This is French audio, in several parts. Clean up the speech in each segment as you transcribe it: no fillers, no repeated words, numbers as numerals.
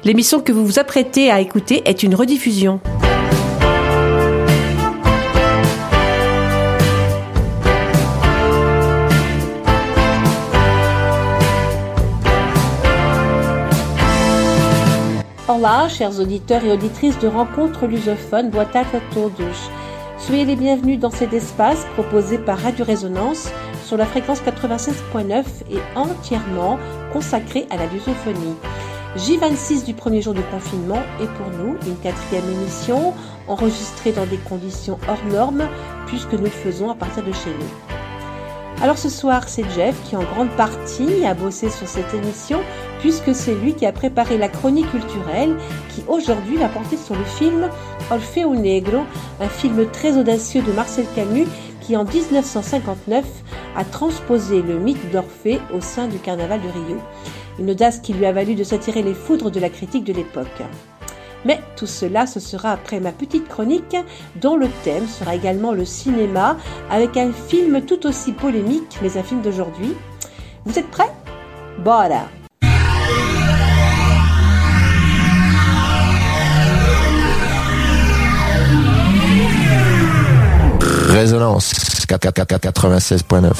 L'émission que vous vous apprêtez à écouter est une rediffusion. Olá, chers auditeurs et auditrices de Rencontres lusophones, boa tarde a todos. Soyez les bienvenus dans cet espace proposé par Radio Résonance sur la fréquence 96.9 et entièrement consacré à la lusophonie. J26 du premier jour de confinement et pour nous une 4e émission enregistrée dans des conditions hors normes puisque nous le faisons à partir de chez nous. Alors ce soir c'est Jeff qui en grande partie a bossé sur cette émission puisque c'est lui qui a préparé la chronique culturelle qui aujourd'hui va porter sur le film Orfeo Negro, un film très audacieux de Marcel Camus qui en 1959 a transposé le mythe d'Orphée au sein du carnaval de Rio. Une audace qui lui a valu de s'attirer les foudres de la critique de l'époque. Mais tout cela, ce sera après ma petite chronique, dont le thème sera également le cinéma, avec un film tout aussi polémique, mais un film d'aujourd'hui. Vous êtes prêts ? Bora ! Résonance 96.9.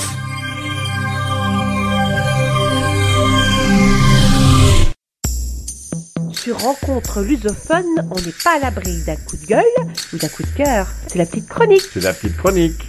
Sur Rencontre lusophone, on n'est pas à l'abri d'un coup de gueule ou d'un coup de cœur. C'est la petite chronique.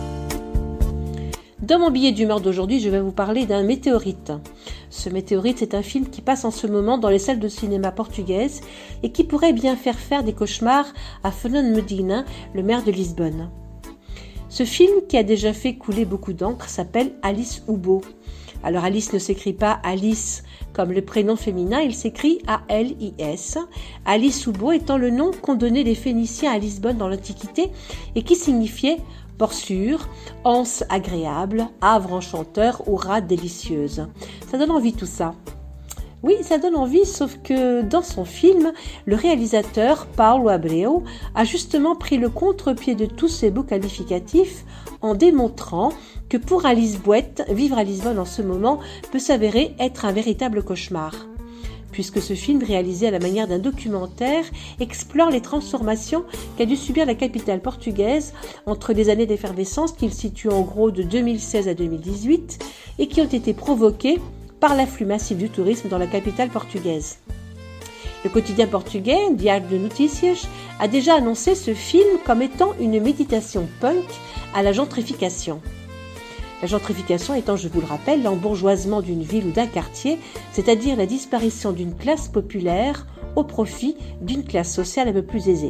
Dans mon billet d'humeur d'aujourd'hui, je vais vous parler d'un météorite. Ce météorite, c'est un film qui passe en ce moment dans les salles de cinéma portugaises et qui pourrait bien faire des cauchemars à Fernando Medina, le maire de Lisbonne. Ce film, qui a déjà fait couler beaucoup d'encre, s'appelle Alice Hubo. Alors Alice ne s'écrit pas Alice comme le prénom féminin, il s'écrit A-L-I-S. Alice Hubo étant le nom qu'ont donné les Phéniciens à Lisbonne dans l'Antiquité et qui signifiait port sûr, anse agréable, havre enchanteur ou rade délicieuse. Ça donne envie tout ça. Oui, ça donne envie, sauf que dans son film, le réalisateur, Paulo Abreu, a justement pris le contre-pied de tous ces beaux qualificatifs en démontrant que pour un Lisboète, vivre à Lisbonne en ce moment peut s'avérer être un véritable cauchemar. Puisque ce film, réalisé à la manière d'un documentaire, explore les transformations qu'a dû subir la capitale portugaise entre les années d'effervescence qu'il situe en gros de 2016 à 2018 et qui ont été provoquées par l'afflux massif du tourisme dans la capitale portugaise. Le quotidien portugais, Diário de Notícias, a déjà annoncé ce film comme étant une méditation punk à la gentrification. La gentrification étant, je vous le rappelle, l'embourgeoisement d'une ville ou d'un quartier, c'est-à-dire la disparition d'une classe populaire au profit d'une classe sociale un peu plus aisée.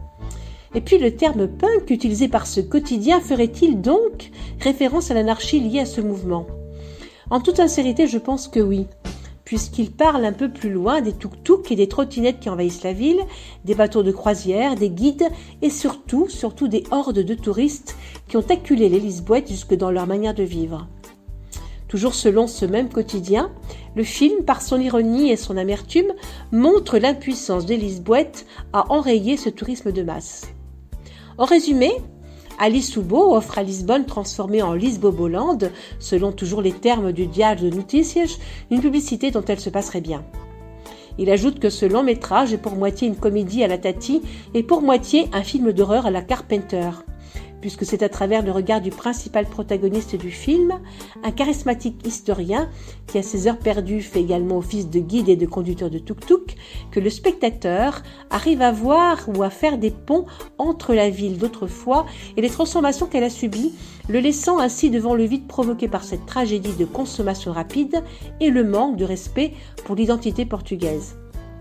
Et puis le terme punk utilisé par ce quotidien ferait-il donc référence à l'anarchie liée à ce mouvement ? En toute sincérité, je pense que oui, puisqu'il parle un peu plus loin des tuk-tuk et des trottinettes qui envahissent la ville, des bateaux de croisière, des guides et surtout des hordes de touristes qui ont acculé les Lisboètes jusque dans leur manière de vivre. Toujours selon ce même quotidien, le film, par son ironie et son amertume, montre l'impuissance des Lisboètes à enrayer ce tourisme de masse. En résumé, Alice Hubo offre à Lisbonne, transformée en Lisboboland, selon toujours les termes du Diário de Notícias, une publicité dont elle se passerait bien. Il ajoute que ce long métrage est pour moitié une comédie à la Tati et pour moitié un film d'horreur à la Carpenter, puisque c'est à travers le regard du principal protagoniste du film, un charismatique historien qui à ses heures perdues fait également office de guide et de conducteur de tuk-tuk, que le spectateur arrive à voir ou à faire des ponts entre la ville d'autrefois et les transformations qu'elle a subies, le laissant ainsi devant le vide provoqué par cette tragédie de consommation rapide et le manque de respect pour l'identité portugaise.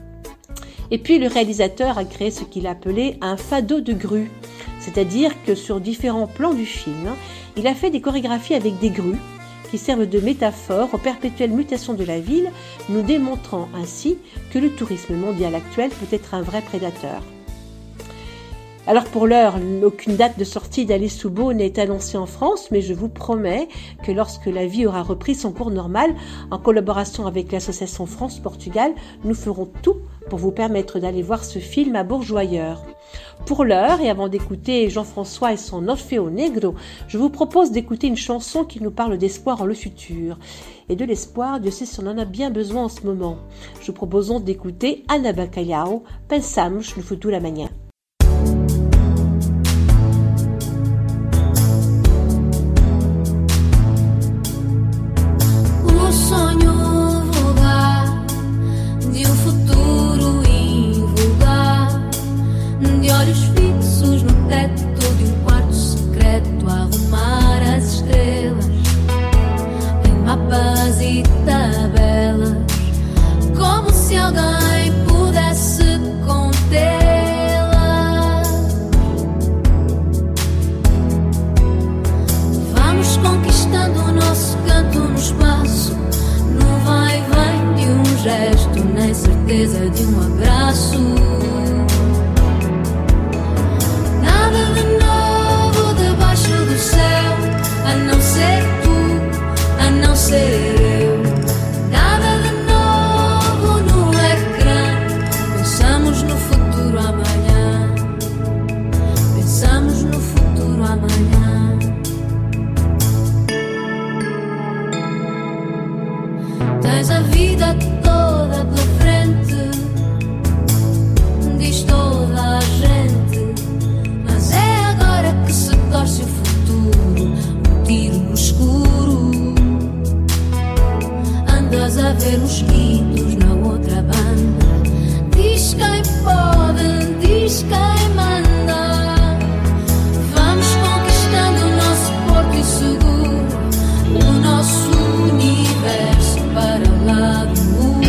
Et puis le réalisateur a créé ce qu'il a appelé un fado de grue, c'est-à-dire que sur différents plans du film, il a fait des chorégraphies avec des grues qui servent de métaphore aux perpétuelles mutations de la ville, nous démontrant ainsi que le tourisme mondial actuel peut être un vrai prédateur. Alors pour l'heure, aucune date de sortie d'Alice sous Beau n'est annoncée en France, mais je vous promets que lorsque la vie aura repris son cours normal, en collaboration avec l'association France-Portugal, nous ferons tout pour vous permettre d'aller voir ce film à Bourgeoyeur. Pour l'heure, et avant d'écouter Jean-François et son Orfeo Negro, je vous propose d'écouter une chanson qui nous parle d'espoir en le futur. Et de l'espoir, Dieu sait si on en a bien besoin en ce moment. Je vous proposons d'écouter Ana Bacalhau, Pensamos no futuro amanhã. Certeza de abraço. Nada de novo debaixo do céu, a não ser tu, a não ser eu. Nada de novo no ecrã. Pensamos no futuro amanhã. Pensamos no futuro amanhã. Tens a vida toda pela frente, diz toda a gente, mas é agora que se torce o futuro, um tiro no escuro. Andas a ver mosquitos na outra banda, diz quem pode, diz quem manda. Vamos conquistando o nosso porto inseguro, o nosso universo para lá do mundo.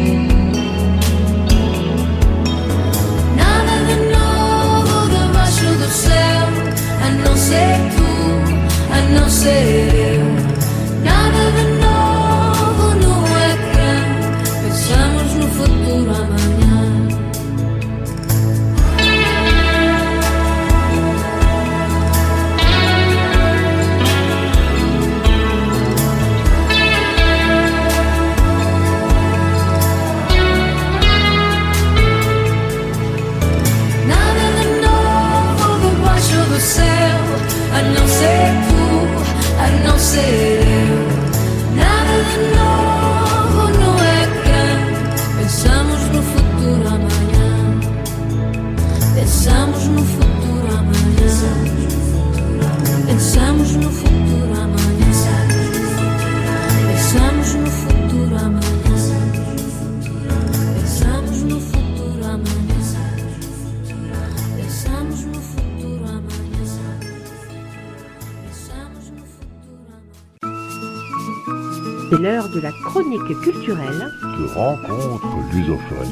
Nada de novo debaixo do céu, a não ser tu, a não ser eu. Nada de novo no ecrã. Pensamos no futuro amanhã. A não ser tu, a não ser eu. Nada de novo no ecrã. Pensamos no futuro amanhã. Pensamos no futuro amanhã. Pensamos no futuro amanhã. Pensamos no futuro amanhã. Pensamos no futuro amanhã. Pensamos no futuro amanhã. C'est l'heure de la chronique culturelle de rencontre lusophone.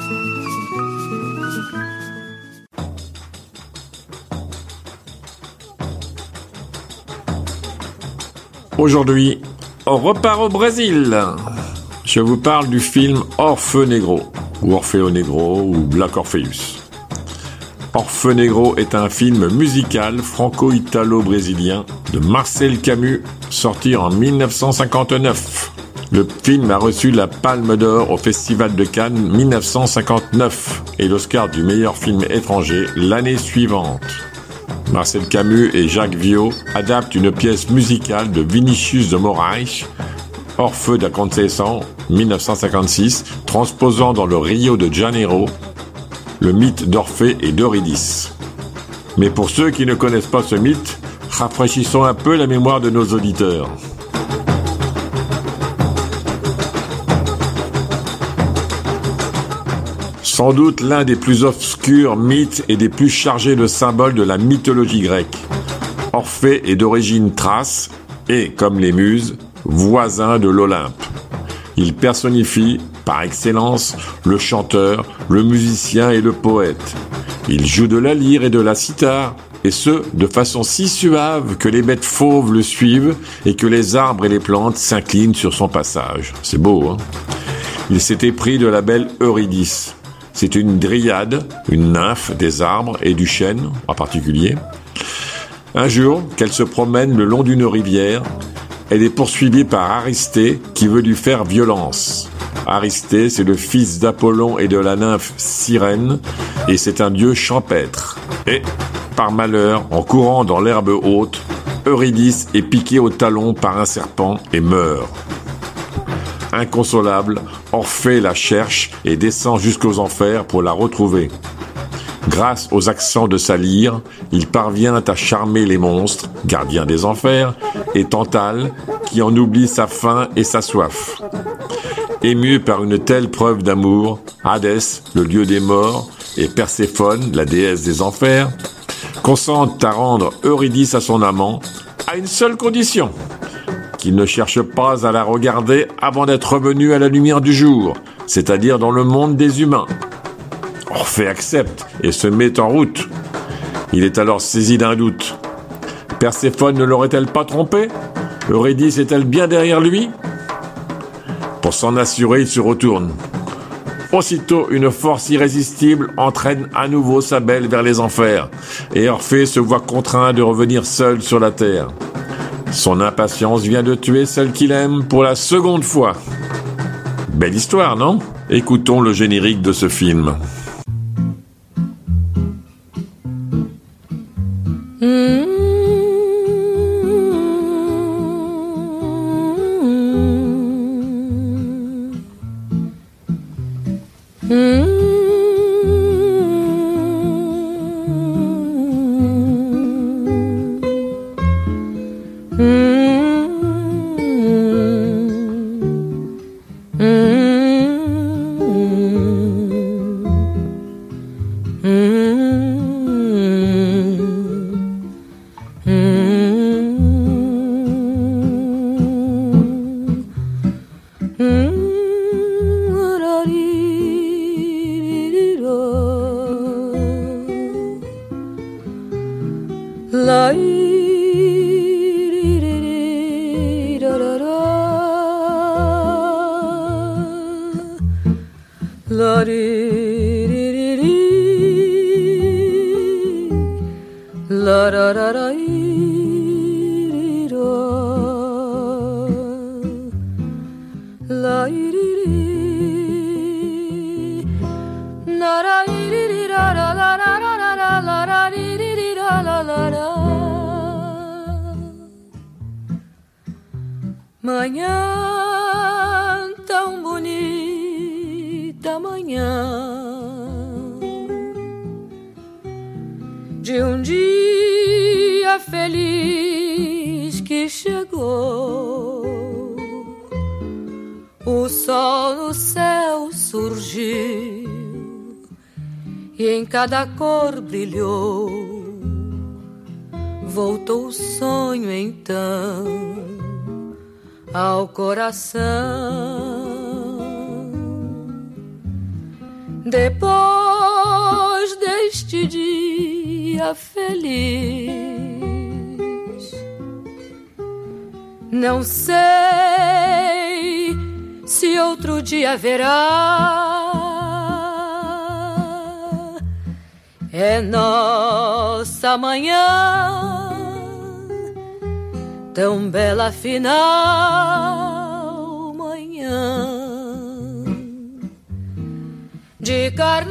Aujourd'hui, on repart au Brésil. Je vous parle du film Orfeo Negro, ou Orfeo Negro, ou Black Orpheus. Orfeo Negro est un film musical franco-italo-brésilien de Marcel Camus, sorti en 1959. Le film a reçu la Palme d'Or au Festival de Cannes 1959 et l'Oscar du meilleur film étranger l'année suivante. Marcel Camus et Jacques Viaud adaptent une pièce musicale de Vinícius de Moraes, Orfeu da Conceição, 1956, transposant dans le Rio de Janeiro le mythe d'Orphée et d'Eurydice. Mais pour ceux qui ne connaissent pas ce mythe, rafraîchissons un peu la mémoire de nos auditeurs. Sans doute l'un des plus obscurs mythes et des plus chargés de symboles de la mythologie grecque. Orphée est d'origine thrace et, comme les muses, voisin de l'Olympe. Il personnifie, par excellence, le chanteur, le musicien et le poète. Il joue de la lyre et de la cithare, et ce, de façon si suave que les bêtes fauves le suivent et que les arbres et les plantes s'inclinent sur son passage. C'est beau, hein ? Il s'était pris de la belle Eurydice. c'est une dryade, une nymphe des arbres et du chêne en particulier. Un jour, qu'elle se promène le long d'une rivière, elle est poursuivie par Aristée qui veut lui faire violence. Aristée, c'est le fils d'Apollon et de la nymphe Cyrène, et c'est un dieu champêtre. Et, par malheur, en courant dans l'herbe haute, Eurydice est piqué au talon par un serpent et meurt. Inconsolable, Orphée la cherche et descend jusqu'aux enfers pour la retrouver. Grâce aux accents de sa lyre, il parvient à charmer les monstres, gardiens des enfers, et Tantale, qui en oublie sa faim et sa soif. Ému par une telle preuve d'amour, Hadès, le dieu des morts, et Perséphone, la déesse des enfers, consentent à rendre Eurydice à son amant, à une seule condition, qu'il ne cherche pas à la regarder avant d'être revenu à la lumière du jour, c'est-à-dire dans le monde des humains. Orphée accepte et se met en route. Il est alors saisi d'un doute. Perséphone ne l'aurait-elle pas trompé? Eurydice est-elle bien derrière lui? Pour s'en assurer, il se retourne. Aussitôt, une force irrésistible entraîne à nouveau sa belle vers les enfers, et Orphée se voit contraint de revenir seul sur la terre. Son impatience vient de tuer celle qu'il aime pour la seconde fois. Belle histoire, non? Écoutons le générique de ce film. Manhã tão bonita, manhã de dia feliz que chegou. O sol no céu surgiu e em cada cor brilhou. Voltou o sonho então ao coração. Depois deste dia feliz, não sei se outro dia haverá. É nossa manhã tão bela final, manhã de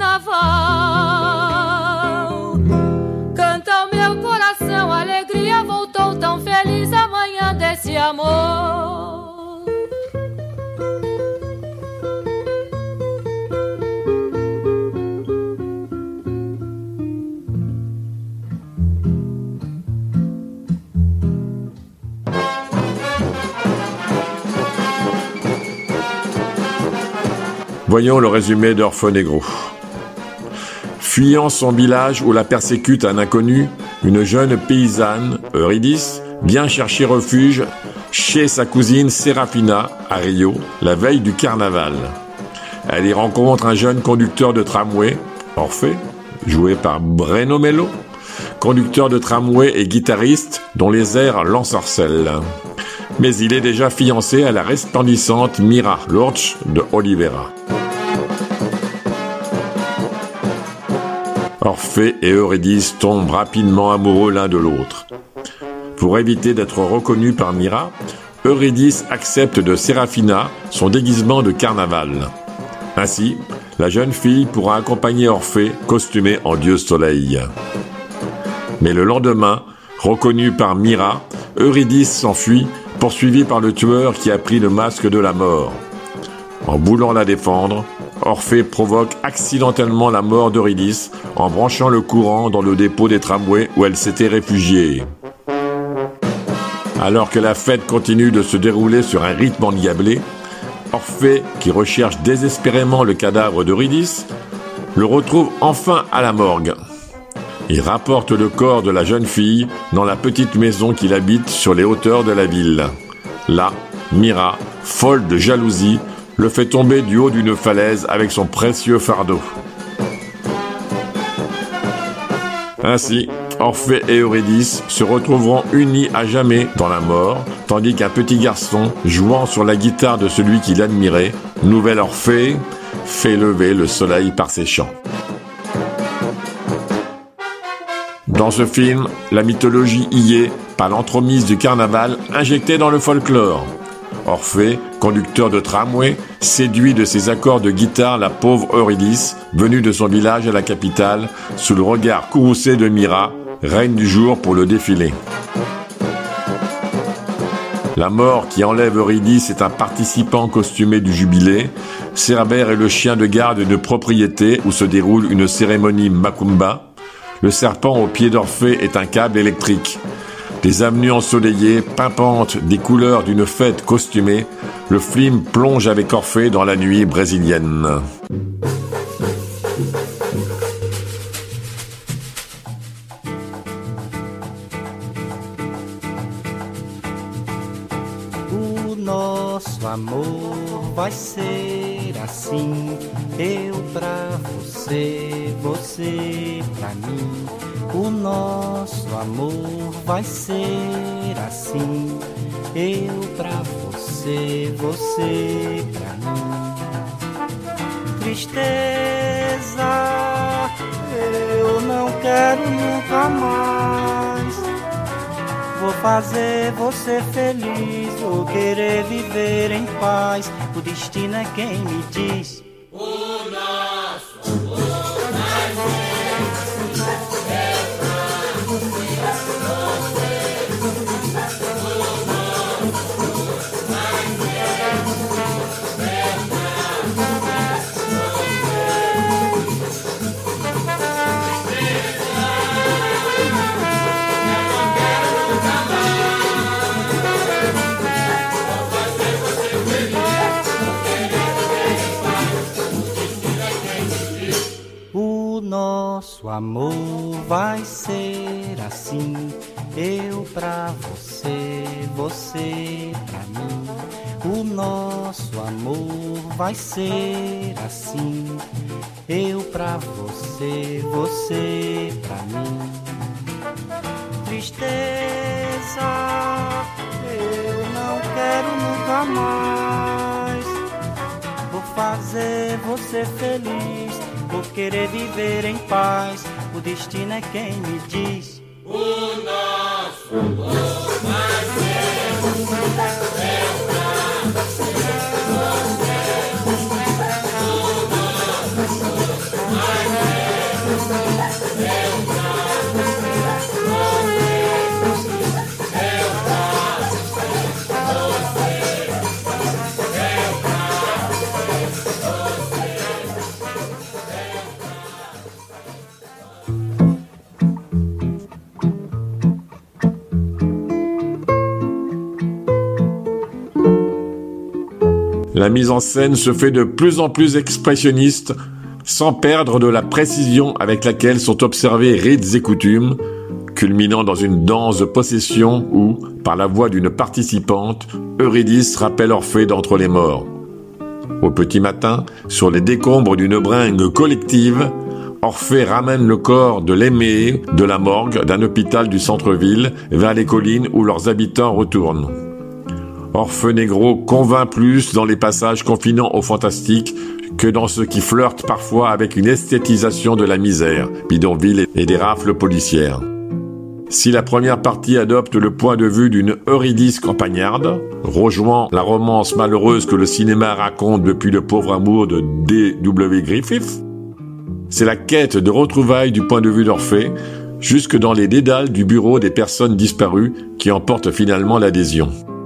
carnaval. Canta o meu coração, a alegria voltou tão feliz, amanhã desse amor. Voyons le résumé d'Orfenegro. Fuyant son village où la persécute un inconnu, une jeune paysanne, Eurydice, vient chercher refuge chez sa cousine Séraphina, à Rio, la veille du carnaval. Elle y rencontre un jeune conducteur de tramway, Orphée, joué par Breno Mello, conducteur de tramway et guitariste dont les airs l'ensorcellent. Mais il est déjà fiancé à la resplendissante Mira Lorch de Oliveira. Orphée et Eurydice tombent rapidement amoureux l'un de l'autre. Pour éviter d'être reconnu par Mira, Eurydice accepte de Séraphina son déguisement de carnaval. Ainsi, la jeune fille pourra accompagner Orphée costumé en dieu soleil. Mais le lendemain, reconnu par Mira, Eurydice s'enfuit, poursuivi par le tueur qui a pris le masque de la mort. En voulant la défendre, Orphée provoque accidentellement la mort d'Eurydice en branchant le courant dans le dépôt des tramways où elle s'était réfugiée. Alors que la fête continue de se dérouler sur un rythme endiablé, Orphée, qui recherche désespérément le cadavre d'Eurydice, le retrouve enfin à la morgue. Il rapporte le corps de la jeune fille dans la petite maison qu'il habite sur les hauteurs de la ville. Là, Mira, folle de jalousie, le fait tomber du haut d'une falaise avec son précieux fardeau. Ainsi, Orphée et Eurydice se retrouveront unis à jamais dans la mort, tandis qu'un petit garçon, jouant sur la guitare de celui qu'il admirait, nouvel Orphée, fait lever le soleil par ses chants. Dans ce film, la mythologie y est, par l'entremise du carnaval, injectée dans le folklore. Orphée, conducteur de tramway, séduit de ses accords de guitare la pauvre Eurydice, venue de son village à la capitale, sous le regard courroucé de Mira, reine du jour pour le défilé. La mort qui enlève Eurydice est un participant costumé du jubilé. Cerbère est le chien de garde d'une propriété où se déroule une cérémonie macumba. Le serpent au pied d'Orphée est un câble électrique. Des avenues ensoleillées, pimpantes des couleurs d'une fête costumée, le film plonge avec Orphée dans la nuit brésilienne. O nosso amor vai ser assim, eu pra você, você pra mim. O nosso amor vai ser assim, eu pra você, você pra mim. Tristeza, eu não quero nunca mais. Vou fazer você feliz, vou querer viver em paz. O destino é quem me diz. O nosso amor vai ser nosso amor vai ser assim, eu pra você, você pra mim. O nosso amor vai ser assim, eu pra você, você pra mim. Tristeza, eu não quero nunca mais. Vou fazer você feliz, vou querer viver em paz. O destino é quem me diz. O nosso amor vai ser La mise en scène se fait de plus en plus expressionniste, sans perdre de la précision avec laquelle sont observés rites et coutumes, culminant dans une danse de possession où, par la voix d'une participante, Eurydice rappelle Orphée d'entre les morts. Au petit matin, sur les décombres d'une bringue collective, Orphée ramène le corps de l'aimé de la morgue d'un hôpital du centre-ville vers les collines où leurs habitants retournent. Orfeu-Negro convainc plus dans les passages confinant au fantastique que dans ceux qui flirtent parfois avec une esthétisation de la misère, bidonville et des rafles policières. Si la première partie adopte le point de vue d'une Eurydice campagnarde, rejoint la romance malheureuse que le cinéma raconte depuis Le pauvre amour de D.W. Griffith, c'est la quête de retrouvailles du point de vue d'Orphée, jusque dans les dédales du bureau des personnes disparues qui emporte finalement l'adhésion.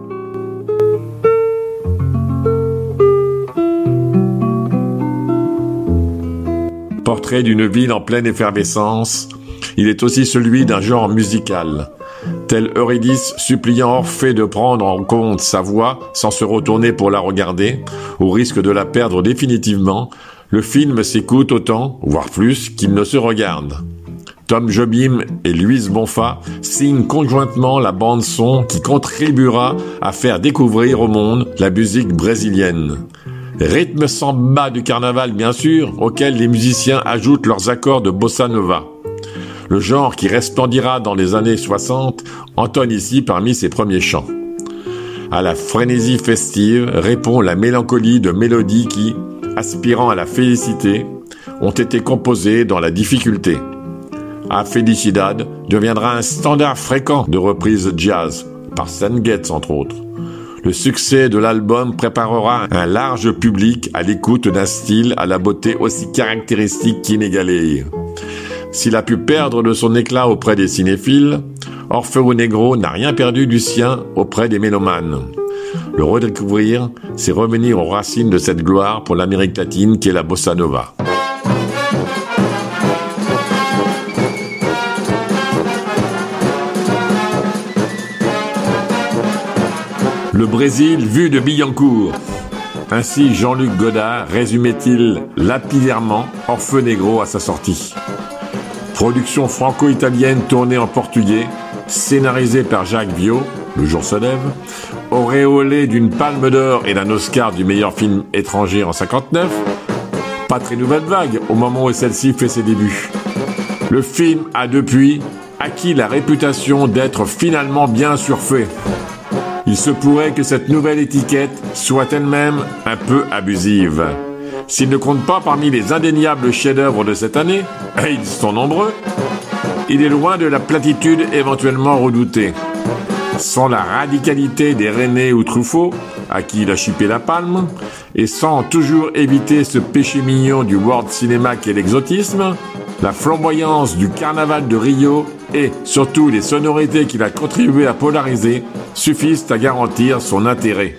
Portrait d'une ville en pleine effervescence, il est aussi celui d'un genre musical. Tel Eurydice suppliant Orphée de prendre en compte sa voix sans se retourner pour la regarder, au risque de la perdre définitivement, le film s'écoute autant, voire plus, qu'il ne se regarde. Tom Jobim et Louise Bonfa signent conjointement la bande-son qui contribuera à faire découvrir au monde la musique brésilienne. Rythme samba du carnaval bien sûr, auquel les musiciens ajoutent leurs accords de bossa nova. Le genre qui resplendira dans les années 60 entonne ici parmi ses premiers chants. À la frénésie festive répond la mélancolie de mélodies qui, aspirant à la félicité, ont été composées dans la difficulté. A Felicidad deviendra un standard fréquent de reprises jazz, par Stan Getz entre autres. Le succès de l'album préparera un large public à l'écoute d'un style à la beauté aussi caractéristique qu'inégalée. S'il a pu perdre de son éclat auprès des cinéphiles, Orfeu-Negro n'a rien perdu du sien auprès des mélomanes. Le redécouvrir, c'est revenir aux racines de cette gloire pour l'Amérique latine qu'est la bossa nova. Le Brésil vu de Billancourt. Ainsi Jean-Luc Godard résumait-il lapidairement Orfeu-Negro à sa sortie. Production franco-italienne tournée en portugais, scénarisée par Jacques Viau, Le jour se lève, auréolée d'une palme d'or et d'un Oscar du meilleur film étranger en 59, pas très nouvelle vague au moment où celle-ci fait ses débuts. Le film a depuis acquis la réputation d'être finalement bien surfait. Il se pourrait que cette nouvelle étiquette soit elle-même un peu abusive. S'il ne compte pas parmi les indéniables chefs-d'œuvre de cette année, et ils sont nombreux, il est loin de la platitude éventuellement redoutée. Sans la radicalité des René ou Truffaut, à qui il a chippé la palme, et sans toujours éviter ce péché mignon du world cinéma qu'est l'exotisme, la flamboyance du carnaval de Rio et surtout les sonorités qu'il a contribué à polariser suffisent à garantir son intérêt.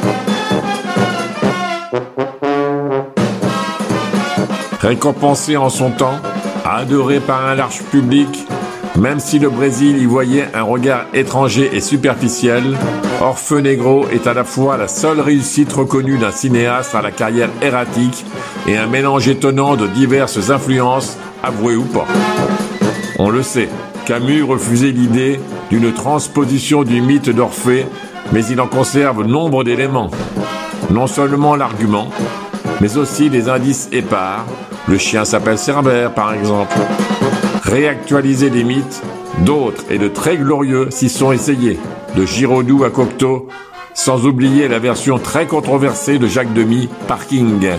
Récompensé en son temps, adoré par un large public, même si le Brésil y voyait un regard étranger et superficiel, Orfeu-Negro est à la fois la seule réussite reconnue d'un cinéaste à la carrière erratique et un mélange étonnant de diverses influences, avouées ou pas. On le sait, Camus refusait l'idée d'une transposition du mythe d'Orphée, mais il en conserve nombre d'éléments. Non seulement l'argument, mais aussi des indices épars. Le chien s'appelle Cerbère, par exemple. Réactualiser des mythes, d'autres et de très glorieux s'y sont essayés, de Giraudoux à Cocteau, sans oublier la version très controversée de Jacques Demy, Parking.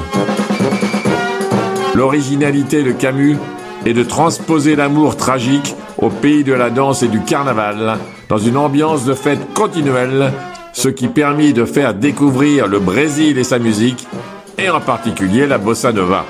L'originalité de Camus est de transposer l'amour tragique au pays de la danse et du carnaval, dans une ambiance de fête continuelle, ce qui permit de faire découvrir le Brésil et sa musique, et en particulier la bossa nova.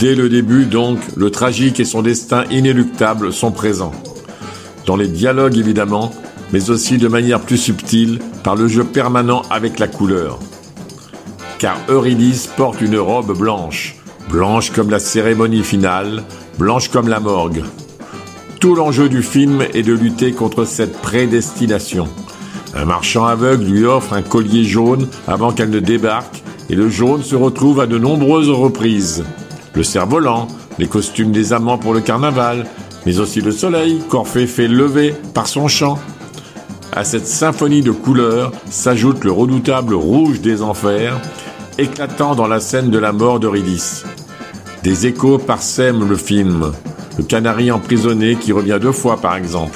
Dès le début, donc, le tragique et son destin inéluctable sont présents. Dans les dialogues, évidemment, mais aussi de manière plus subtile, par le jeu permanent avec la couleur. Car Eurydice porte une robe blanche, blanche comme la cérémonie finale, blanche comme la morgue. Tout l'enjeu du film est de lutter contre cette prédestination. Un marchand aveugle lui offre un collier jaune avant qu'elle ne débarque, et le jaune se retrouve à de nombreuses reprises. Le cerf-volant, les costumes des amants pour le carnaval, mais aussi le soleil qu'Orphée fait lever par son chant. À cette symphonie de couleurs s'ajoute le redoutable rouge des enfers, éclatant dans la scène de la mort d'Eurydice. Des échos parsèment le film. Le canari emprisonné qui revient 2 fois par exemple.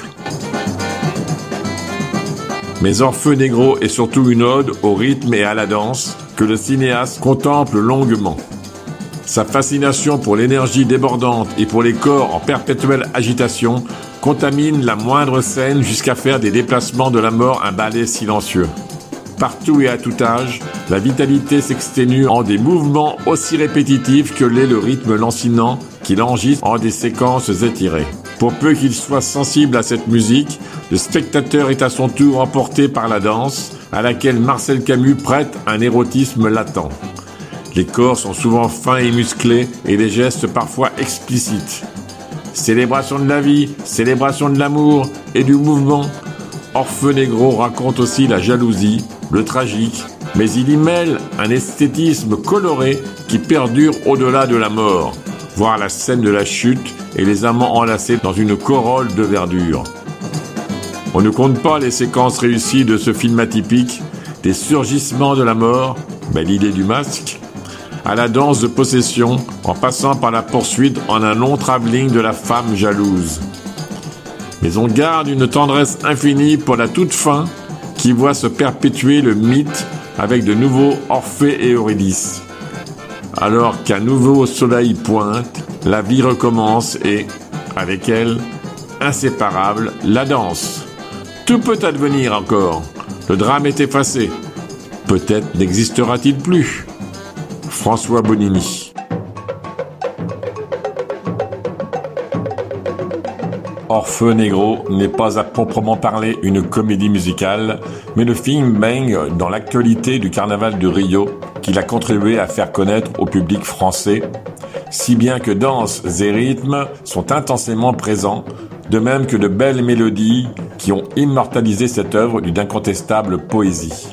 Mais Orphée Négro est surtout une ode au rythme et à la danse que le cinéaste contemple longuement. Sa fascination pour l'énergie débordante et pour les corps en perpétuelle agitation contamine la moindre scène jusqu'à faire des déplacements de la mort un ballet silencieux. Partout et à tout âge, la vitalité s'exténue en des mouvements aussi répétitifs que l'est le rythme lancinant qu'il enregistre en des séquences étirées. Pour peu qu'il soit sensible à cette musique, le spectateur est à son tour emporté par la danse, à laquelle Marcel Camus prête un érotisme latent. Les corps sont souvent fins et musclés et les gestes parfois explicites. Célébration de la vie, célébration de l'amour et du mouvement. Orphée Négro raconte aussi la jalousie, le tragique, mais il y mêle un esthétisme coloré qui perdure au-delà de la mort, voire la scène de la chute et les amants enlacés dans une corolle de verdure. On ne compte pas les séquences réussies de ce film atypique, des surgissements de la mort, belle idée du masque, à la danse de possession, en passant par la poursuite en un long travelling de la femme jalouse. Mais on garde une tendresse infinie pour la toute fin qui voit se perpétuer le mythe avec de nouveaux Orphée et Eurydice. Alors qu'un nouveau soleil pointe, la vie recommence et, avec elle, inséparable, la danse. Tout peut advenir encore. Le drame est effacé. Peut-être n'existera-t-il plus. François Bonini. Orphée Négro n'est pas à proprement parler une comédie musicale, mais le film baigne dans l'actualité du carnaval de Rio qu'il a contribué à faire connaître au public français, si bien que danse et rythmes sont intensément présents, de même que de belles mélodies qui ont immortalisé cette œuvre d'une incontestable poésie.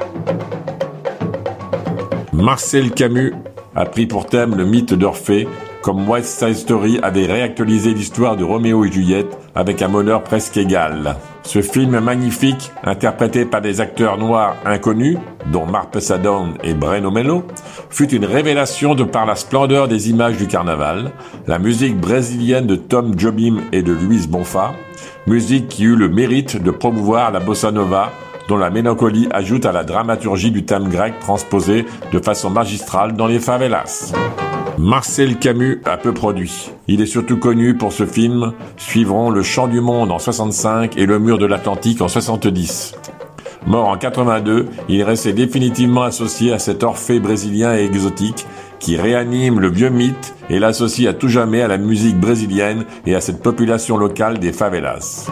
Marcel Camus a pris pour thème le mythe d'Orphée, comme West Side Story avait réactualisé l'histoire de Roméo et Juliette avec un bonheur presque égal. Ce film magnifique, interprété par des acteurs noirs inconnus, dont Mark Pessadone et Breno Melo, fut une révélation de par la splendeur des images du carnaval, la musique brésilienne de Tom Jobim et de Luis Bonfa, musique qui eut le mérite de promouvoir la bossa nova, dont la mélancolie ajoute à la dramaturgie du thème grec transposé de façon magistrale dans les favelas. Marcel Camus a peu produit. Il est surtout connu pour ce film. Suivront Le Chant du Monde en 65 et Le Mur de l'Atlantique en 70. Mort en 82, il restait définitivement associé à cet Orphée brésilien et exotique qui réanime le vieux mythe et l'associe à tout jamais à la musique brésilienne et à cette population locale des favelas.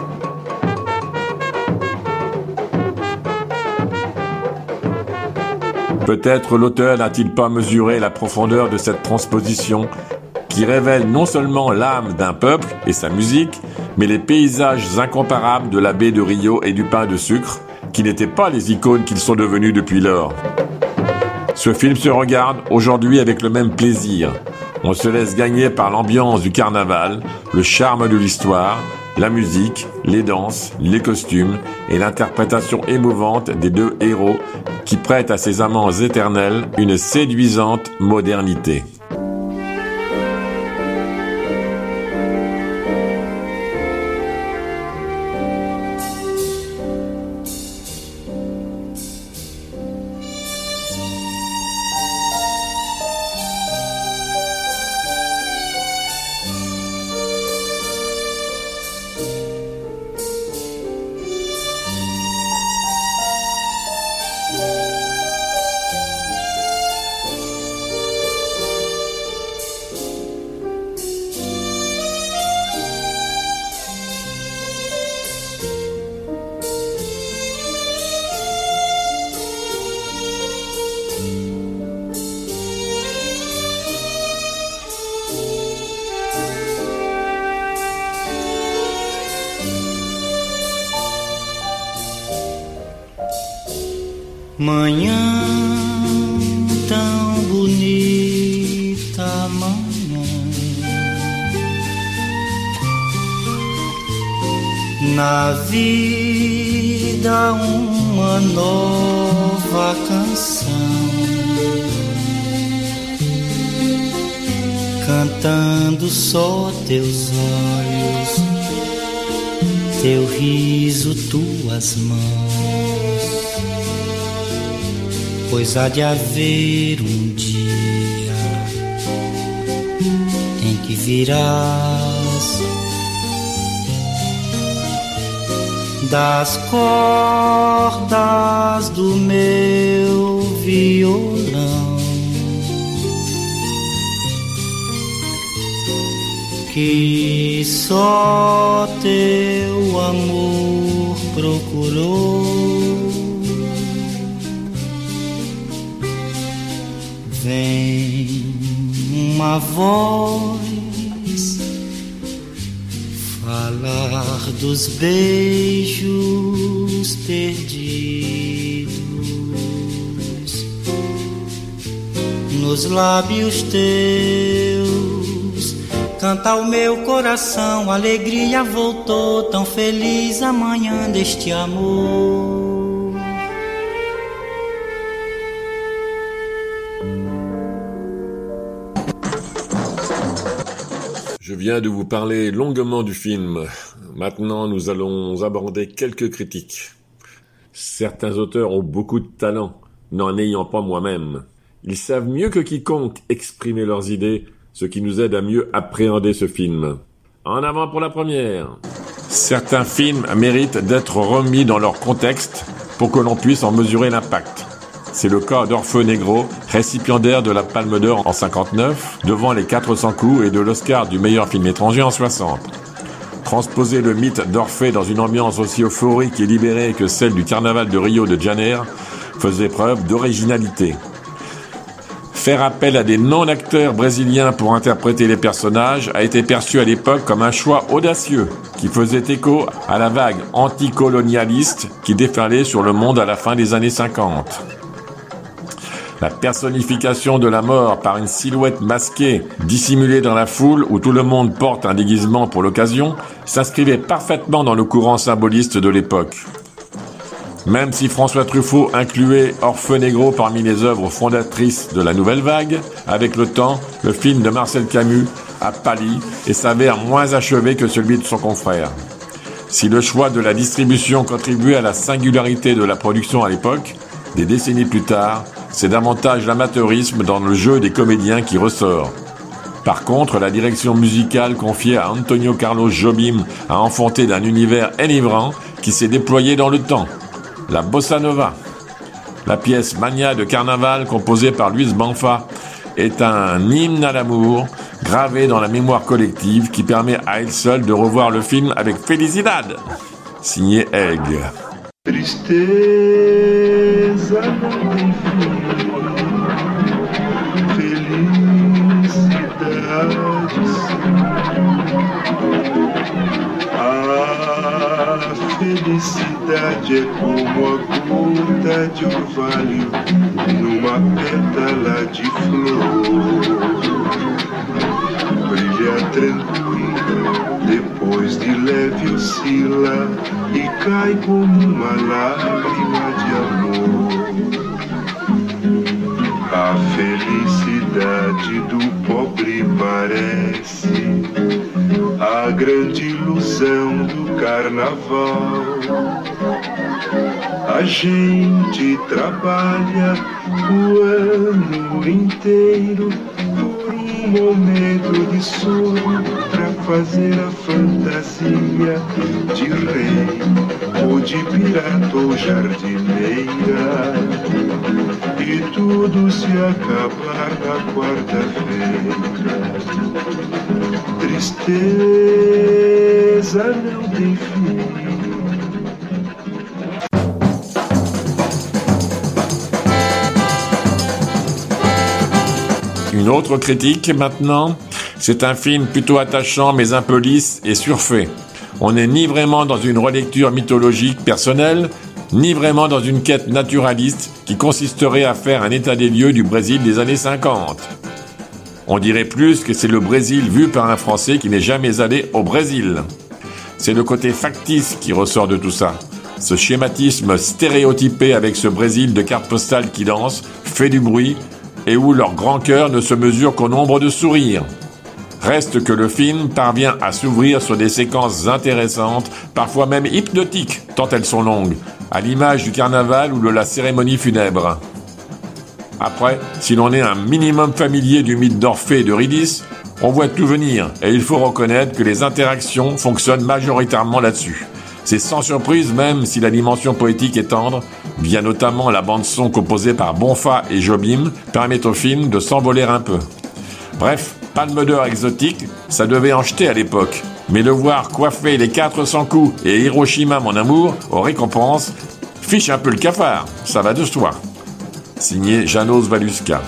Peut-être l'auteur n'a-t-il pas mesuré la profondeur de cette transposition qui révèle non seulement l'âme d'un peuple et sa musique, mais les paysages incomparables de la baie de Rio et du pain de sucre, qui n'étaient pas les icônes qu'ils sont devenus depuis lors. Ce film se regarde aujourd'hui avec le même plaisir. On se laisse gagner par l'ambiance du carnaval, le charme de l'histoire, la musique, les danses, les costumes et l'interprétation émouvante des deux héros qui prêtent à ces amants éternels une séduisante modernité. Manhã tão bonita, manhã. Na vida uma nova canção, cantando só teus olhos, teu riso, tuas mãos. Pois há de haver um dia em que virás das cordas do meu violão, que só teu amor procurou. Vem uma voz falar dos beijos perdidos nos lábios teus. Canta o meu coração, a alegria voltou, tão feliz a manhã deste amor. Je viens de vous parler longuement du film. Maintenant, nous allons aborder quelques critiques. Certains auteurs ont beaucoup de talent, n'en ayant pas moi-même. Ils savent mieux que quiconque exprimer leurs idées, ce qui nous aide à mieux appréhender ce film. En avant pour la première. Certains films méritent d'être remis dans leur contexte pour que l'on puisse en mesurer l'impact. C'est le cas d'Orfeu Negro, récipiendaire de la Palme d'Or en 59, devant Les 400 coups et de l'Oscar du meilleur film étranger en 60. Transposer le mythe d'Orphée dans une ambiance aussi euphorique et libérée que celle du carnaval de Rio de Janeiro faisait preuve d'originalité. Faire appel à des non-acteurs brésiliens pour interpréter les personnages a été perçu à l'époque comme un choix audacieux qui faisait écho à la vague anticolonialiste qui déferlait sur le monde à la fin des années 50. La personnification de la mort par une silhouette masquée, dissimulée dans la foule où tout le monde porte un déguisement pour l'occasion, s'inscrivait parfaitement dans le courant symboliste de l'époque. Même si François Truffaut incluait Orfeu Negro parmi les œuvres fondatrices de la nouvelle vague, avec le temps, le film de Marcel Camus a pâli et s'avère moins achevé que celui de son confrère. Si le choix de la distribution contribuait à la singularité de la production à l'époque, des décennies plus tard, c'est davantage l'amateurisme dans le jeu des comédiens qui ressort. Par contre, la direction musicale confiée à Antonio Carlos Jobim a enfanté d'un univers enivrant qui s'est déployé dans le temps. La bossa nova. La pièce Mania de Carnaval, composée par Luis Banfa, est un hymne à l'amour, gravé dans la mémoire collective, qui permet à elle seule de revoir le film avec Felicidad. Signé Egg. Tristeza não tem fim, felicidade sim. A felicidade é como a gota de orvalho numa pétala de flor. Brilha tranquila, depois de leve oscila e cai como uma lágrima de amor. A felicidade do pobre parece a grande ilusão do carnaval. A gente trabalha o ano inteiro por um momento de sono pra fazer a fantasia de rei ou de pirata ou jardineira. E tudo se acabar na quarta-feira. Tristeza não tem fim. Une autre critique maintenant, c'est un film plutôt attachant mais un peu lisse et surfait. On n'est ni vraiment dans une relecture mythologique personnelle, ni vraiment dans une quête naturaliste qui consisterait à faire un état des lieux du Brésil des années 50. On dirait plus que c'est le Brésil vu par un Français qui n'est jamais allé au Brésil. C'est le côté factice qui ressort de tout ça. Ce schématisme stéréotypé avec ce Brésil de cartes postales qui danse, fait du bruit, et où leur grand cœur ne se mesure qu'au nombre de sourires. Reste que le film parvient à s'ouvrir sur des séquences intéressantes, parfois même hypnotiques, tant elles sont longues, à l'image du carnaval ou de la cérémonie funèbre. Après, si l'on est un minimum familier du mythe d'Orphée et d'Eurydice, on voit tout venir, et il faut reconnaître que les interactions fonctionnent majoritairement là-dessus. C'est sans surprise, même si la dimension poétique est tendre, via notamment la bande-son composée par Bonfa et Jobim, permet au film de s'envoler un peu. Bref, Palme d'Or exotique, ça devait en jeter à l'époque. Mais le voir coiffer les 400 coups et Hiroshima mon amour, aux récompenses, fiche un peu le cafard, ça va de soi. Signé Janos Valuska.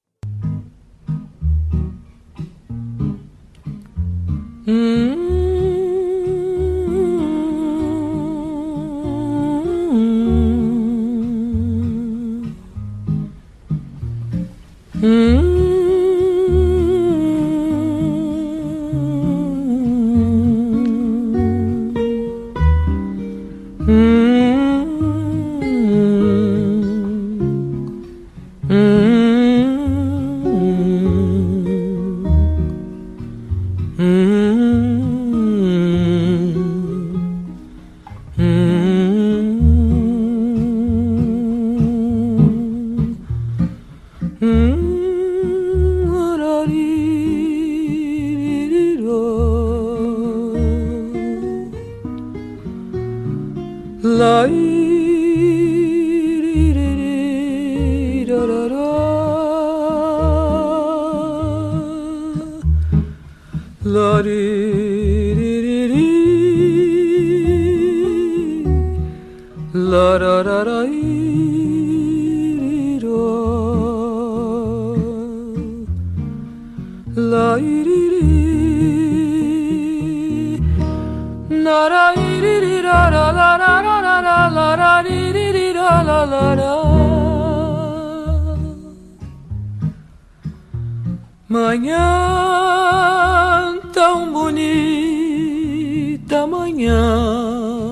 Manhã tão bonita, manhã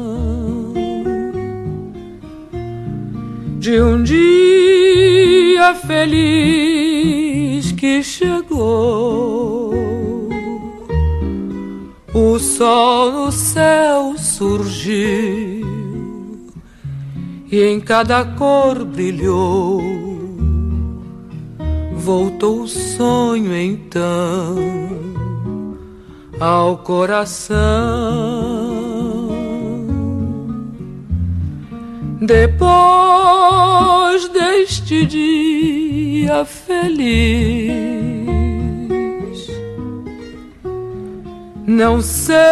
de um dia feliz que chegou. O sol no céu surgiu e em cada cor brilhou. Voltou o sonho então ao coração. Depois deste dia feliz, não sei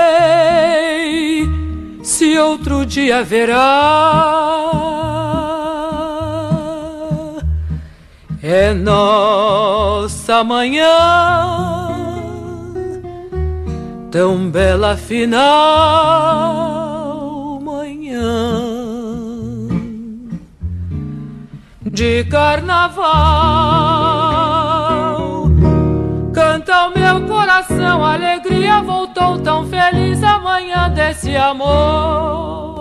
se outro dia haverá. É nossa manhã tão bela afinal, manhã de carnaval. Canta o meu coração, a alegria voltou tão feliz a manhã desse amor.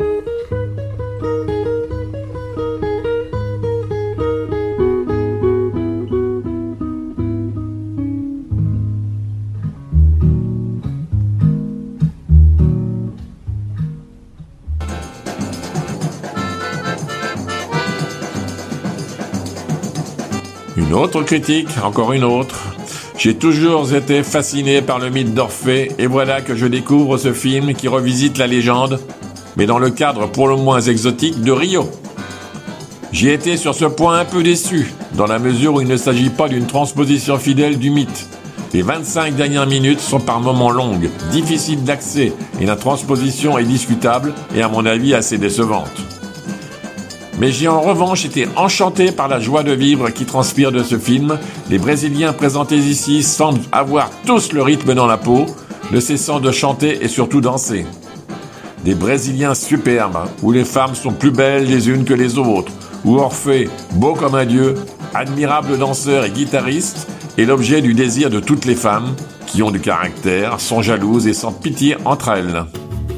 Une autre critique, encore une autre. J'ai toujours été fasciné par le mythe d'Orphée et voilà que je découvre ce film qui revisite la légende, mais dans le cadre pour le moins exotique de Rio. J'ai été sur ce point un peu déçu, dans la mesure où il ne s'agit pas d'une transposition fidèle du mythe. Les 25 dernières minutes sont par moments longues, difficiles d'accès et la transposition est discutable et à mon avis assez décevante. Mais j'ai en revanche été enchanté par la joie de vivre qui transpire de ce film. Les Brésiliens présentés ici semblent avoir tous le rythme dans la peau, ne cessant de chanter et surtout danser. des Brésiliens superbes, où les femmes sont plus belles les unes que les autres, où Orphée, beau comme un dieu, admirable danseur et guitariste, est l'objet du désir de toutes les femmes, qui ont du caractère, sont jalouses et sans pitié entre elles.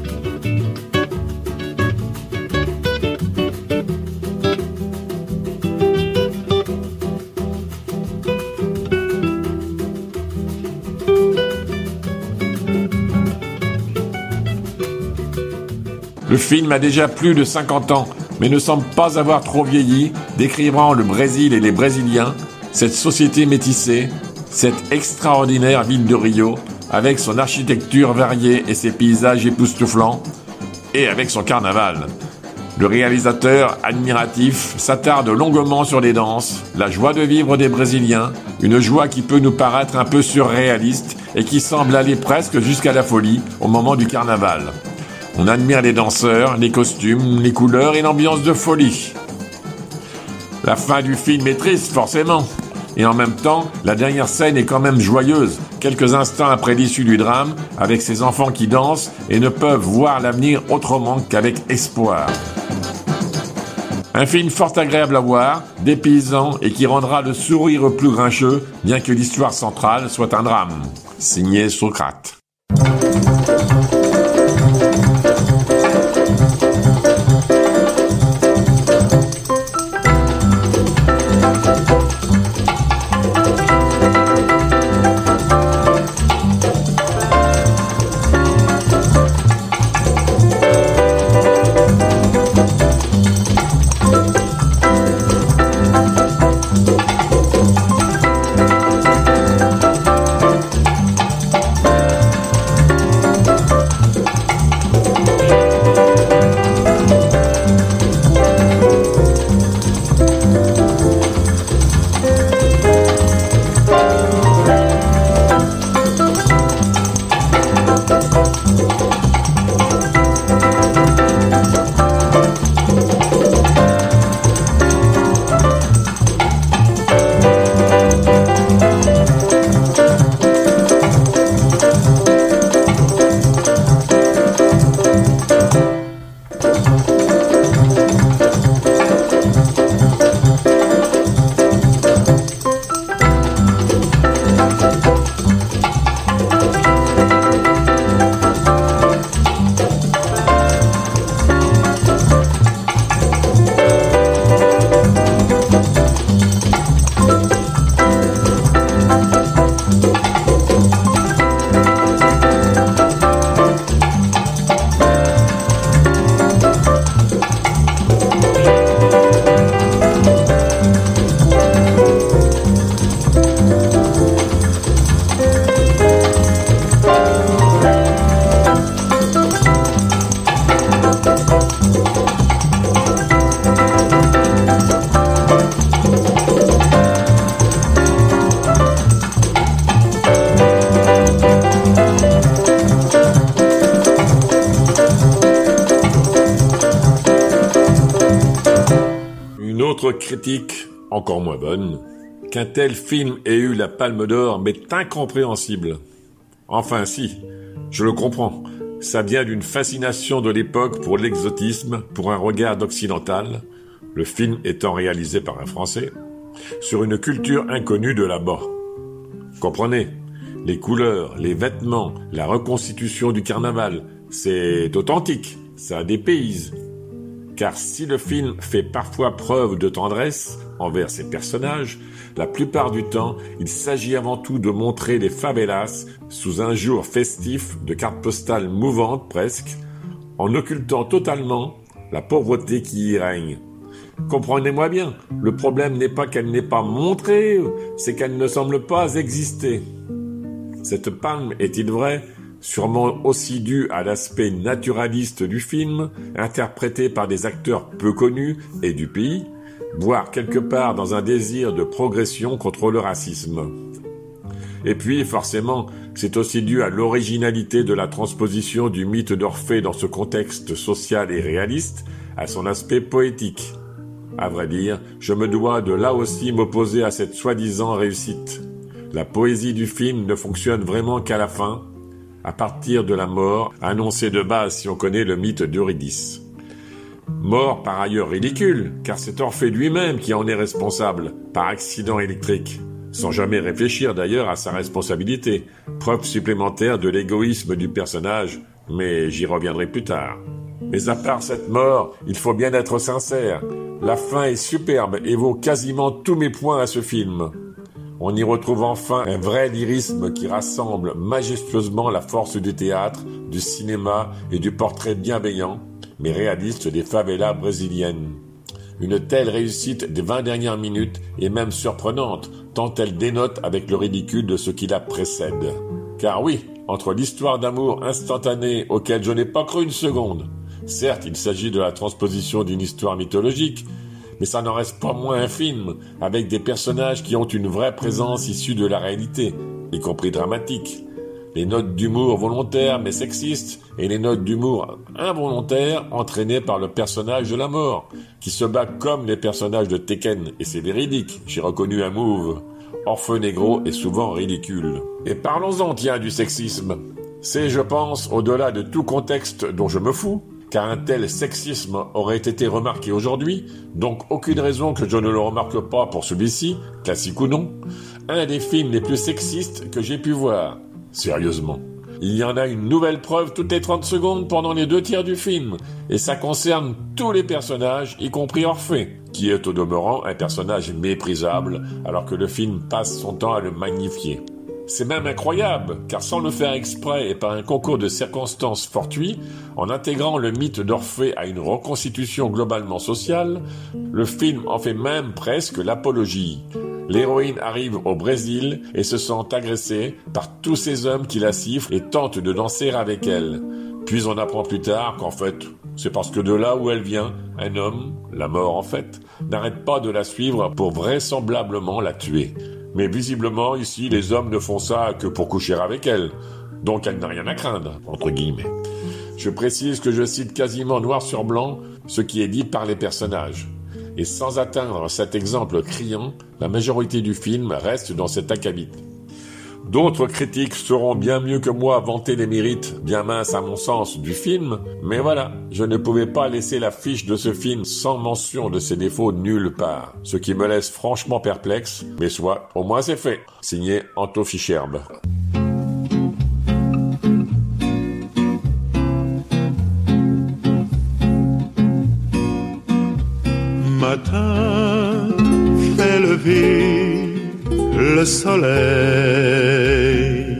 Le film a déjà plus de 50 ans, mais ne semble pas avoir trop vieilli, décrivant le Brésil et les Brésiliens, cette société métissée, cette extraordinaire ville de Rio, avec son architecture variée et ses paysages époustouflants, et avec son carnaval. Le réalisateur, admiratif, s'attarde longuement sur les danses, la joie de vivre des Brésiliens, une joie qui peut nous paraître un peu surréaliste et qui semble aller presque jusqu'à la folie au moment du carnaval. On admire les danseurs, les costumes, les couleurs et l'ambiance de folie. La fin du film est triste, forcément. Et en même temps, la dernière scène est quand même joyeuse, quelques instants après l'issue du drame, avec ces enfants qui dansent et ne peuvent voir l'avenir autrement qu'avec espoir. Un film fort agréable à voir, dépaysant et qui rendra le sourire plus grincheux, bien que l'histoire centrale soit un drame. Signé Socrate. Critique encore moins bonne, qu'un tel film ait eu la Palme d'Or m'est incompréhensible. Enfin si, je le comprends, ça vient d'une fascination de l'époque pour l'exotisme, pour un regard occidental, le film étant réalisé par un Français, sur une culture inconnue de là-bas. Comprenez, les couleurs, les vêtements, la reconstitution du carnaval, c'est authentique, ça dépayse. Car si le film fait parfois preuve de tendresse envers ses personnages, la plupart du temps, il s'agit avant tout de montrer les favelas sous un jour festif de cartes postales mouvantes presque, en occultant totalement la pauvreté qui y règne. Comprenez-moi bien, le problème n'est pas qu'elle n'est pas montrée, c'est qu'elle ne semble pas exister. Cette palme, est-il vrai, sûrement aussi due à l'aspect naturaliste du film, interprété par des acteurs peu connus et du pays, voire quelque part dans un désir de progression contre le racisme. Et puis, forcément, c'est aussi dû à l'originalité de la transposition du mythe d'Orphée dans ce contexte social et réaliste, à son aspect poétique. À vrai dire, je me dois de là aussi m'opposer à cette soi-disant réussite. La poésie du film ne fonctionne vraiment qu'à la fin, à partir de la mort, annoncée de base si on connaît le mythe d'Eurydice. Mort par ailleurs ridicule, car c'est Orphée lui-même qui en est responsable, par accident électrique, sans jamais réfléchir d'ailleurs à sa responsabilité, preuve supplémentaire de l'égoïsme du personnage, mais j'y reviendrai plus tard. Mais à part cette mort, il faut bien être sincère, la fin est superbe et vaut quasiment tous mes points à ce film. On y retrouve enfin un vrai lyrisme qui rassemble majestueusement la force du théâtre, du cinéma et du portrait bienveillant, mais réaliste des favelas brésiliennes. Une telle réussite des 20 dernières minutes est même surprenante, tant elle dénote avec le ridicule de ce qui la précède. Car oui, entre l'histoire d'amour instantanée auquel je n'ai pas cru une seconde, certes il s'agit de la transposition d'une histoire mythologique, mais ça n'en reste pas moins un film, avec des personnages qui ont une vraie présence issue de la réalité, y compris dramatique. Les notes d'humour volontaires mais sexistes, et les notes d'humour involontaires entraînées par le personnage de la mort, qui se bat comme les personnages de Tekken, et c'est véridique, j'ai reconnu un move. Orphée Négro est souvent ridicule. Et parlons-en, tiens, du sexisme. C'est, je pense, au-delà de tout contexte dont je me fous, car un tel sexisme aurait été remarqué aujourd'hui, donc aucune raison que je ne le remarque pas pour celui-ci, classique ou non, un des films les plus sexistes que j'ai pu voir. Sérieusement. Il y en a une nouvelle preuve toutes les 30 secondes pendant les 2/3 du film, et ça concerne tous les personnages, y compris Orphée, qui est au demeurant un personnage méprisable, alors que le film passe son temps à le magnifier. C'est même incroyable, car sans le faire exprès et par un concours de circonstances fortuits, en intégrant le mythe d'Orphée à une reconstitution globalement sociale, le film en fait même presque l'apologie. L'héroïne arrive au Brésil et se sent agressée par tous ces hommes qui la sifflent et tentent de danser avec elle. Puis on apprend plus tard qu'en fait, c'est parce que de là où elle vient, un homme, la mort en fait, n'arrête pas de la suivre pour vraisemblablement la tuer. Mais visiblement, ici, les hommes ne font ça que pour coucher avec elle. Donc elle n'a rien à craindre, entre guillemets. Je précise que je cite quasiment noir sur blanc ce qui est dit par les personnages. Et sans atteindre cet exemple criant, la majorité du film reste dans cet acabit. D'autres critiques sauront bien mieux que moi vanter les mérites, bien minces à mon sens, du film, mais voilà, je ne pouvais pas laisser la fiche de ce film sans mention de ses défauts nulle part, ce qui me laisse franchement perplexe, mais soit, au moins c'est fait. Signé Anto Ficherbe. Matin fait lever le soleil.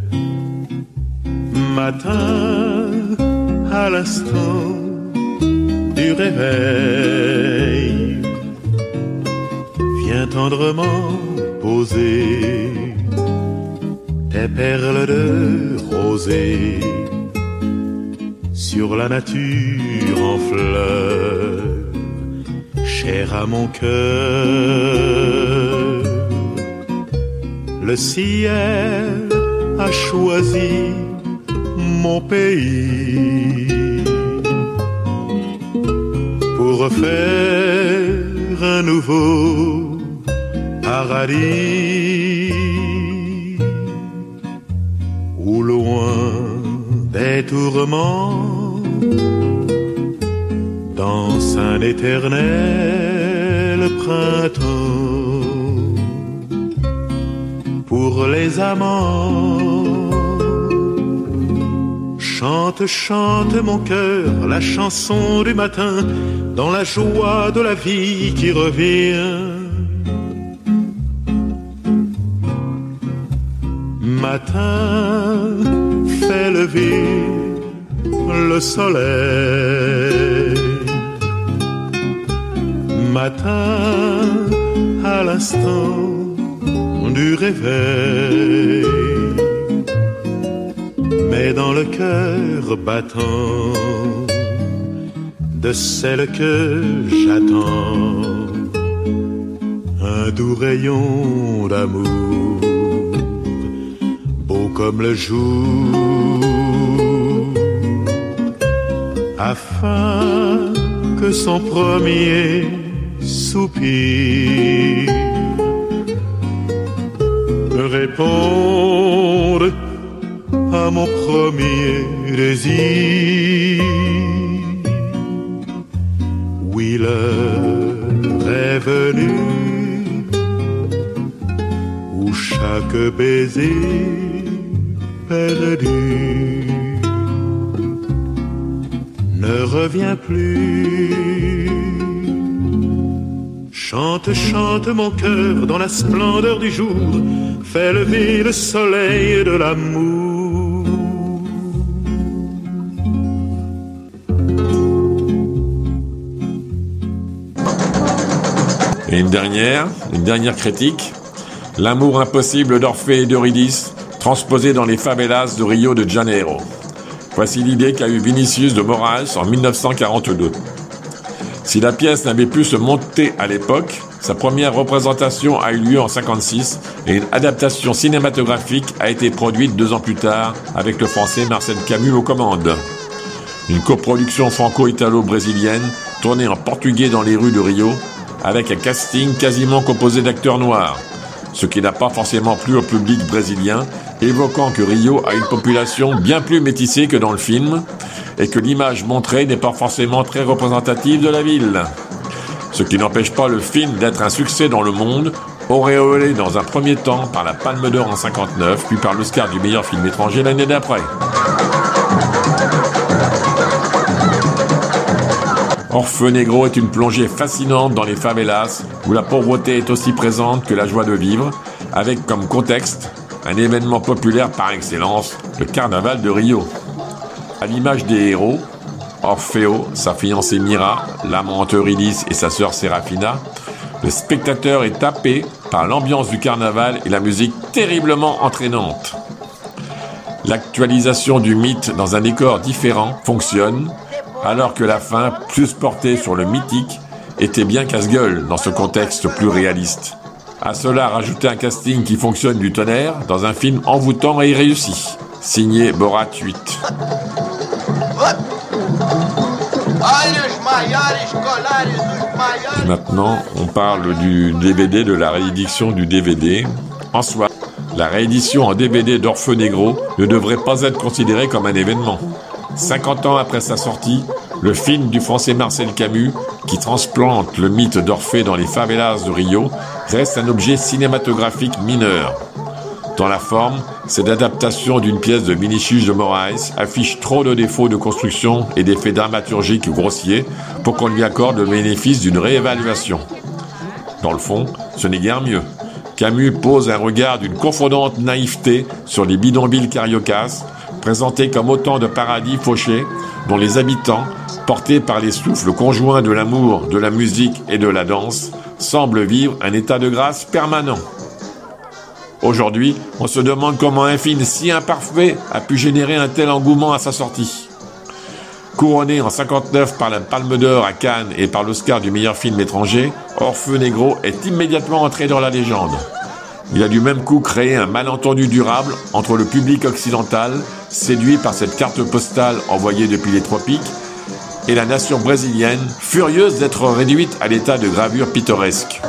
Matin à l'instant du réveil, viens tendrement poser tes perles de rosée sur la nature en fleurs, chère à mon cœur. Le ciel a choisi mon pays pour refaire un nouveau paradis, où loin des tourments danse un éternel printemps. Pour les amants, chante, chante mon cœur la chanson du matin, dans la joie de la vie qui revient. Matin fait lever le soleil, matin à l'instant du réveil, mais dans le cœur battant de celle que j'attends, un doux rayon d'amour, beau comme le jour, afin que son premier soupir réponde à toi mon premier désir. Oui, l'heure est venue où chaque baiser perdu ne revient plus. Chante, chante mon cœur dans la splendeur du jour, fais lever le soleil de l'amour. Et une dernière critique, l'amour impossible d'Orphée et d'Eurydice, transposé dans les favelas de Rio de Janeiro. Voici l'idée qu'a eue Vinicius de Moraes en 1942. Si la pièce n'avait pu se monter à l'époque, sa première représentation a eu lieu en 1956 et une adaptation cinématographique a été produite 2 ans plus tard avec le français Marcel Camus aux commandes. Une coproduction franco-italo-brésilienne tournée en portugais dans les rues de Rio avec un casting quasiment composé d'acteurs noirs, ce qui n'a pas forcément plu au public brésilien, évoquant que Rio a une population bien plus métissée que dans le film et que l'image montrée n'est pas forcément très représentative de la ville. Ce qui n'empêche pas le film d'être un succès dans le monde, auréolé dans un premier temps par la Palme d'Or en 1959, puis par l'Oscar du meilleur film étranger l'année d'après. Orfeu Negro est une plongée fascinante dans les favelas, où la pauvreté est aussi présente que la joie de vivre, avec comme contexte un événement populaire par excellence, le carnaval de Rio. À l'image des héros, Orfeo, sa fiancée Mira, l'amante Eurydice et sa sœur Serafina, le spectateur est happé par l'ambiance du carnaval et la musique terriblement entraînante. L'actualisation du mythe dans un décor différent fonctionne, alors que la fin, plus portée sur le mythique, était bien casse-gueule dans ce contexte plus réaliste. À cela, rajouter un casting qui fonctionne du tonnerre dans un film envoûtant et réussi. Signé Borat 8. Et maintenant, on parle du DVD, de la réédition du DVD. En soi, la réédition en DVD d'Orfeu Negro ne devrait pas être considérée comme un événement. 50 ans après sa sortie, le film du français Marcel Camus, qui transplante le mythe d'Orphée dans les favelas de Rio, reste un objet cinématographique mineur. Dans la forme, cette adaptation d'une pièce de Vinicius de Moraes affiche trop de défauts de construction et d'effets dramaturgiques grossiers pour qu'on lui accorde le bénéfice d'une réévaluation. Dans le fond, ce n'est guère mieux. Camus pose un regard d'une confondante naïveté sur les bidonvilles cariocas, présentés comme autant de paradis fauchés, dont les habitants, portés par les souffles conjoints de l'amour, de la musique et de la danse, semblent vivre un état de grâce permanent. Aujourd'hui, on se demande comment un film si imparfait a pu générer un tel engouement à sa sortie. Couronné en 1959 par la Palme d'Or à Cannes et par l'Oscar du meilleur film étranger, Orfeu Negro est immédiatement entré dans la légende. Il a du même coup créé un malentendu durable entre le public occidental, séduit par cette carte postale envoyée depuis les tropiques, et la nation brésilienne, furieuse d'être réduite à l'état de gravure pittoresque.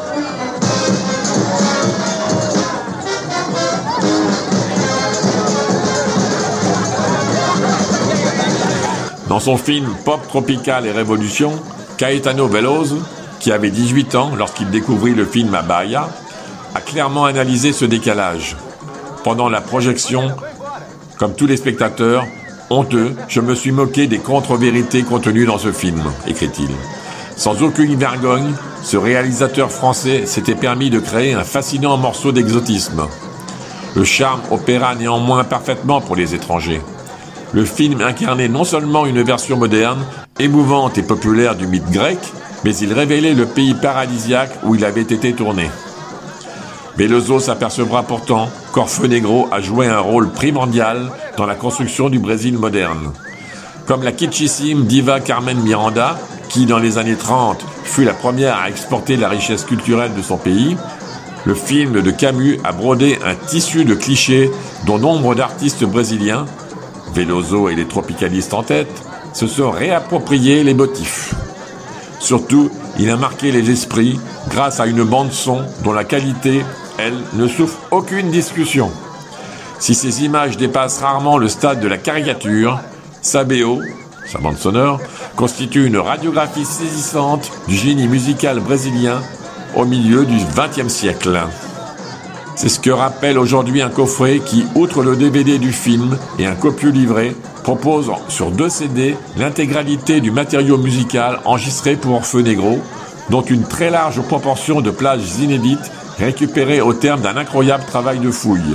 Dans son film Pop Tropical et Révolution, Caetano Veloso, qui avait 18 ans lorsqu'il découvrit le film à Bahia, a clairement analysé ce décalage. Pendant la projection, comme tous les spectateurs, honteux, je me suis moqué des contre-vérités contenues dans ce film, écrit-il. Sans aucune vergogne, ce réalisateur français s'était permis de créer un fascinant morceau d'exotisme. Le charme opéra néanmoins parfaitement pour les étrangers. Le film incarnait non seulement une version moderne, émouvante et populaire du mythe grec, mais il révélait le pays paradisiaque où il avait été tourné. Veloso s'apercevra pourtant qu'Orfeu Negro a joué un rôle primordial dans la construction du Brésil moderne. Comme la kitschissime diva Carmen Miranda, qui dans les années 30 fut la première à exporter la richesse culturelle de son pays, le film de Camus a brodé un tissu de clichés dont nombre d'artistes brésiliens, Veloso et les tropicalistes en tête, se sont réappropriés les motifs. Surtout, il a marqué les esprits grâce à une bande-son dont la qualité, elle, ne souffre aucune discussion. Si ces images dépassent rarement le stade de la caricature, sa BO, sa bande sonore, constitue une radiographie saisissante du génie musical brésilien au milieu du XXe siècle. C'est ce que rappelle aujourd'hui un coffret qui, outre le DVD du film et un copieux livret, propose sur 2 CD l'intégralité du matériau musical enregistré pour Orfeu Negro, dont une très large proportion de plages inédites récupérées au terme d'un incroyable travail de fouille.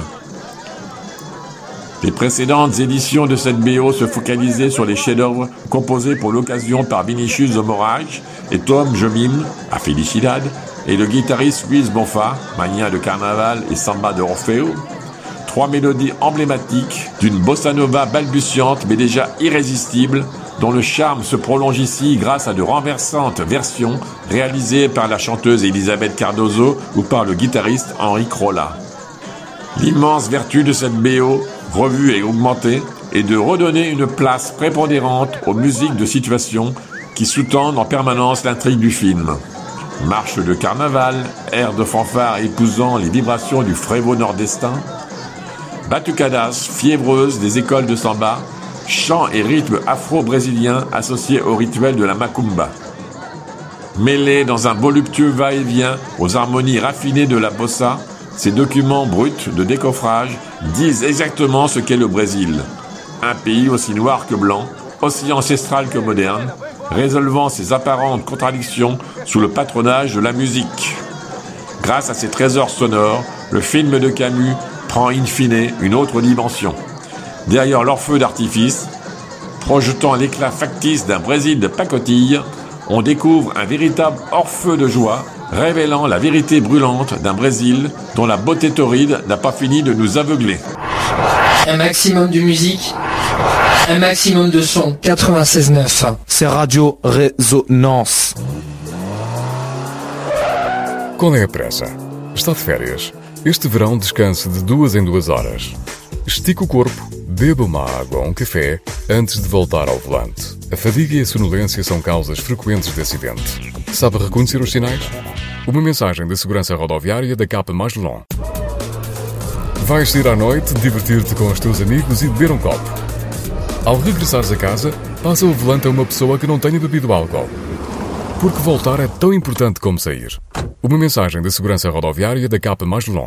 Les précédentes éditions de cette BO se focalisaient sur les chefs-d'œuvre composés pour l'occasion par Vinicius de Moraes et Tom Jobim, à Felicidade, et le guitariste Luis Bonfa, Manhã de Carnaval et Samba de Orfeo. 3 mélodies emblématiques d'une bossa nova balbutiante mais déjà irrésistible, dont le charme se prolonge ici grâce à de renversantes versions réalisées par la chanteuse Elisabeth Cardoso ou par le guitariste Henri Crolla. L'immense vertu de cette BO, revue et augmentée, est de redonner une place prépondérante aux musiques de situation qui sous-tendent en permanence l'intrigue du film. Marche de carnaval, air de fanfare épousant les vibrations du frevo nordestin, batucadas fiévreuses des écoles de samba, chants et rythmes afro-brésiliens associés au rituel de la macumba. Mêlés dans un voluptueux va-et-vient aux harmonies raffinées de la bossa, ces documents bruts de décoffrage disent exactement ce qu'est le Brésil. Un pays aussi noir que blanc, aussi ancestral que moderne, résolvant ses apparentes contradictions sous le patronage de la musique. Grâce à ces trésors sonores, le film de Camus prend in fine une autre dimension. Derrière leur feu d'artifice, projetant l'éclat factice d'un Brésil de pacotille, on découvre un véritable hors-feu de joie, révélant la vérité brûlante d'un Brésil dont la beauté torride n'a pas fini de nous aveugler. Un maximum de musique, un maximum de son. 96.9. C'est Radio Résonance. Qual é a pressa? Está de férias. Este verão descanse de 2 em 2 horas. Estique o corpo, beba uma água ou um café antes de voltar ao volante. A fadiga e a sonolência são causas frequentes de acidente. Sabe reconhecer os sinais? Uma mensagem da Segurança Rodoviária da Capa Magellan. Vais sair à noite, divertir-te com os teus amigos e beber um copo. Ao regressares a casa, passa o volante a uma pessoa que não tenha bebido álcool. Porque voltar é tão importante como sair. Uma mensagem da Segurança Rodoviária da Capa Magellan.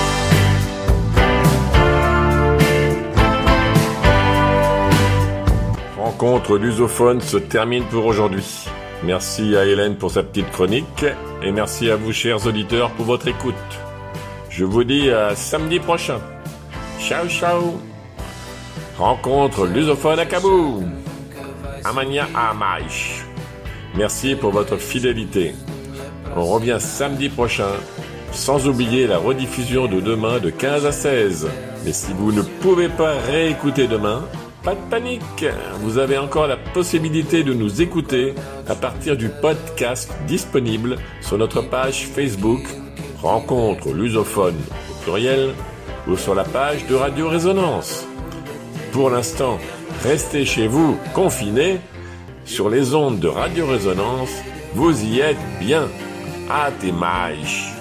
Rencontre lusophone se termine pour aujourd'hui. Merci à Hélène pour sa petite chronique et merci à vous, chers auditeurs, pour votre écoute. Je vous dis à samedi prochain. Ciao, ciao. Rencontre lusophone à Cabou. Amanhã a mais. Merci pour votre fidélité. On revient samedi prochain, sans oublier la rediffusion de demain de 15 à 16. Mais si vous ne pouvez pas réécouter demain, pas de panique, vous avez encore la possibilité de nous écouter à partir du podcast disponible sur notre page Facebook Rencontre lusophone au pluriel ou sur la page de Radio Résonance. Pour l'instant, restez chez vous, confinés, sur les ondes de Radio Résonance, vous y êtes bien. Até mais.